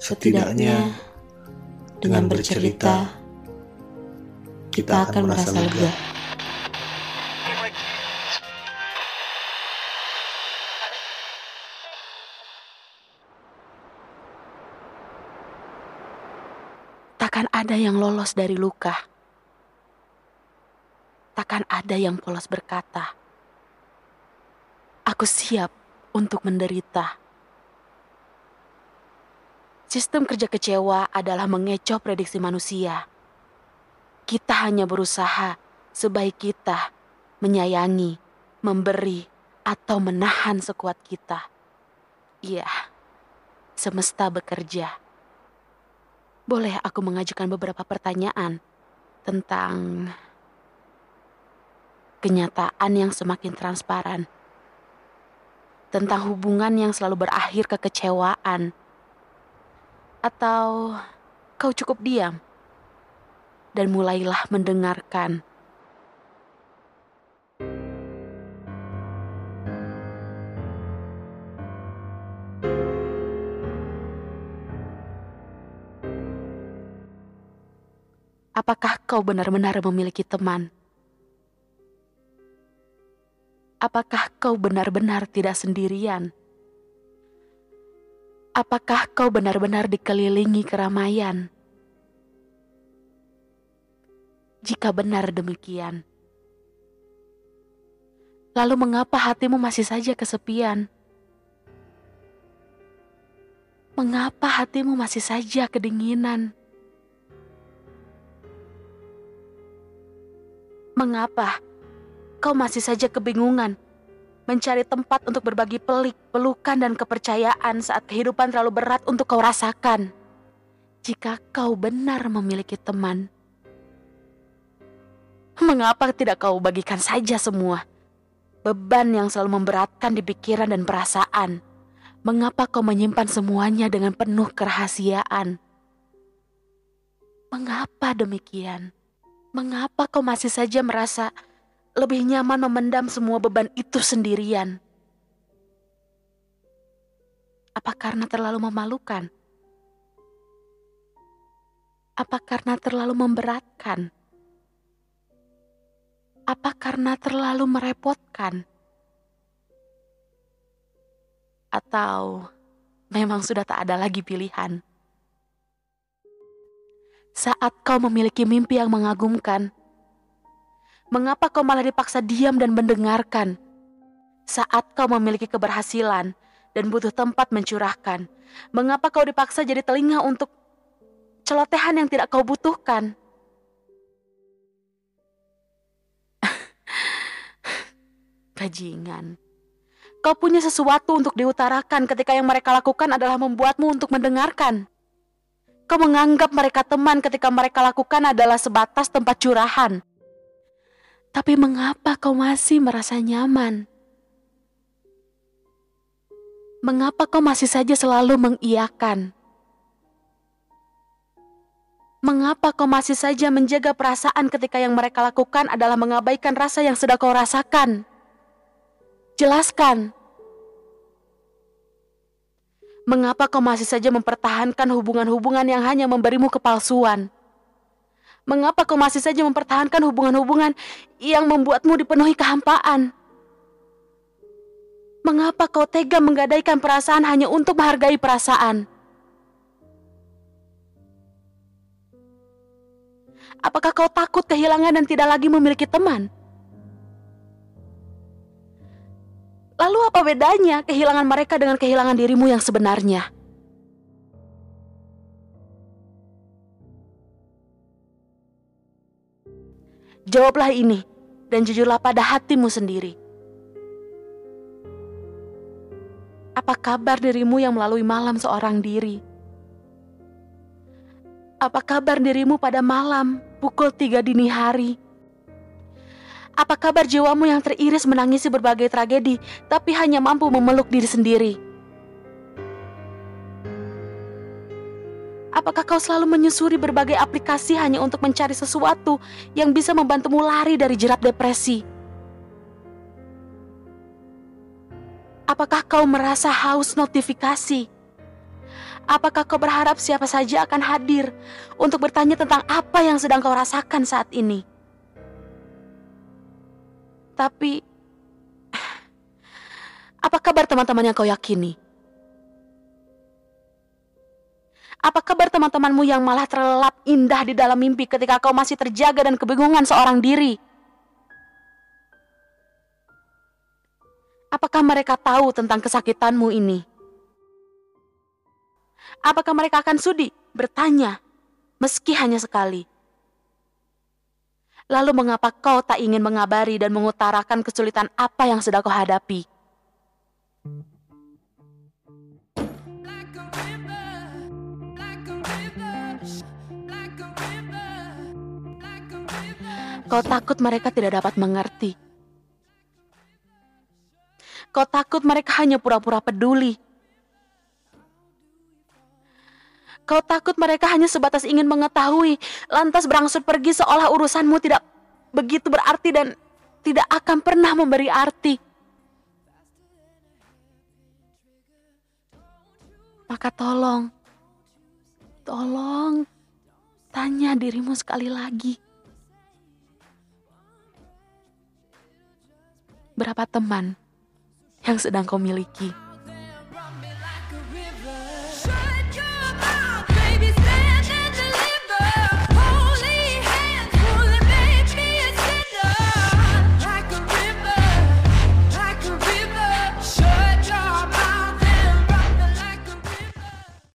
Setidaknya dengan bercerita, kita akan merasa lega. Takkan ada yang lolos dari luka. Takkan ada yang polos berkata, "Aku siap untuk menderita." Sistem kerja kecewa adalah mengecoh prediksi manusia. Kita hanya berusaha sebaik kita menyayangi, memberi, atau menahan sekuat kita. Iya, semesta bekerja. Boleh aku mengajukan beberapa pertanyaan tentang kenyataan yang semakin transparan, tentang hubungan yang selalu berakhir kekecewaan, atau kau cukup diam dan mulailah mendengarkan? Apakah kau benar-benar memiliki teman? Apakah kau benar-benar tidak sendirian? Apakah kau benar-benar dikelilingi keramaian? Jika benar demikian, lalu mengapa hatimu masih saja kesepian? Mengapa hatimu masih saja kedinginan? Mengapa kau masih saja kebingungan mencari tempat untuk berbagi pelik, pelukan, dan kepercayaan saat kehidupan terlalu berat untuk kau rasakan? Jika kau benar memiliki teman, mengapa tidak kau bagikan saja semua beban yang selalu memberatkan di pikiran dan perasaan? Mengapa kau menyimpan semuanya dengan penuh kerahasiaan? Mengapa demikian? Mengapa kau masih saja merasa lebih nyaman memendam semua beban itu sendirian? Apa karena terlalu memalukan? Apa karena terlalu memberatkan? Apa karena terlalu merepotkan? Atau memang sudah tak ada lagi pilihan? Saat kau memiliki mimpi yang mengagumkan, mengapa kau malah dipaksa diam dan mendengarkan? Saat kau memiliki keberhasilan dan butuh tempat mencurahkan, mengapa kau dipaksa jadi telinga untuk celotehan yang tidak kau butuhkan? Bajingan, kau punya sesuatu untuk diutarakan ketika yang mereka lakukan adalah membuatmu untuk mendengarkan. Kau menganggap mereka teman ketika mereka lakukan adalah sebatas tempat curahan. Tapi mengapa kau masih merasa nyaman? Mengapa kau masih saja selalu mengiyakan? Mengapa kau masih saja menjaga perasaan ketika yang mereka lakukan adalah mengabaikan rasa yang sedang kau rasakan? Jelaskan. Mengapa kau masih saja mempertahankan hubungan-hubungan yang hanya memberimu kepalsuan? Mengapa kau masih saja mempertahankan hubungan-hubungan yang membuatmu dipenuhi kehampaan? Mengapa kau tega menggadaikan perasaan hanya untuk menghargai perasaan? Apakah kau takut kehilangan dan tidak lagi memiliki teman? Lalu apa bedanya kehilangan mereka dengan kehilangan dirimu yang sebenarnya? Jawablah ini dan jujurlah pada hatimu sendiri. Apa kabar dirimu yang melalui malam seorang diri? Apa kabar dirimu pada malam pukul 3 dini hari? Apa kabar jiwamu yang teriris menangisi berbagai tragedi, tapi hanya mampu memeluk diri sendiri? Apakah kau selalu menyusuri berbagai aplikasi hanya untuk mencari sesuatu yang bisa membantumu lari dari jerat depresi? Apakah kau merasa haus notifikasi? Apakah kau berharap siapa saja akan hadir untuk bertanya tentang apa yang sedang kau rasakan saat ini? Tapi, apa kabar teman-teman yang kau yakini? Apa kabar teman-temanmu yang malah terlelap indah di dalam mimpi ketika kau masih terjaga dan kebingungan seorang diri? Apakah mereka tahu tentang kesakitanmu ini? Apakah mereka akan sudi bertanya, meski hanya sekali? Lalu mengapa kau tak ingin mengabari dan mengutarakan kesulitan apa yang sedang kau hadapi? Kau takut mereka tidak dapat mengerti. Kau takut mereka hanya pura-pura peduli. Kau takut mereka hanya sebatas ingin mengetahui, lantas berangsur pergi seolah urusanmu tidak begitu berarti dan tidak akan pernah memberi arti. Maka tolong, tanya dirimu sekali lagi. Berapa teman yang sedang kau miliki?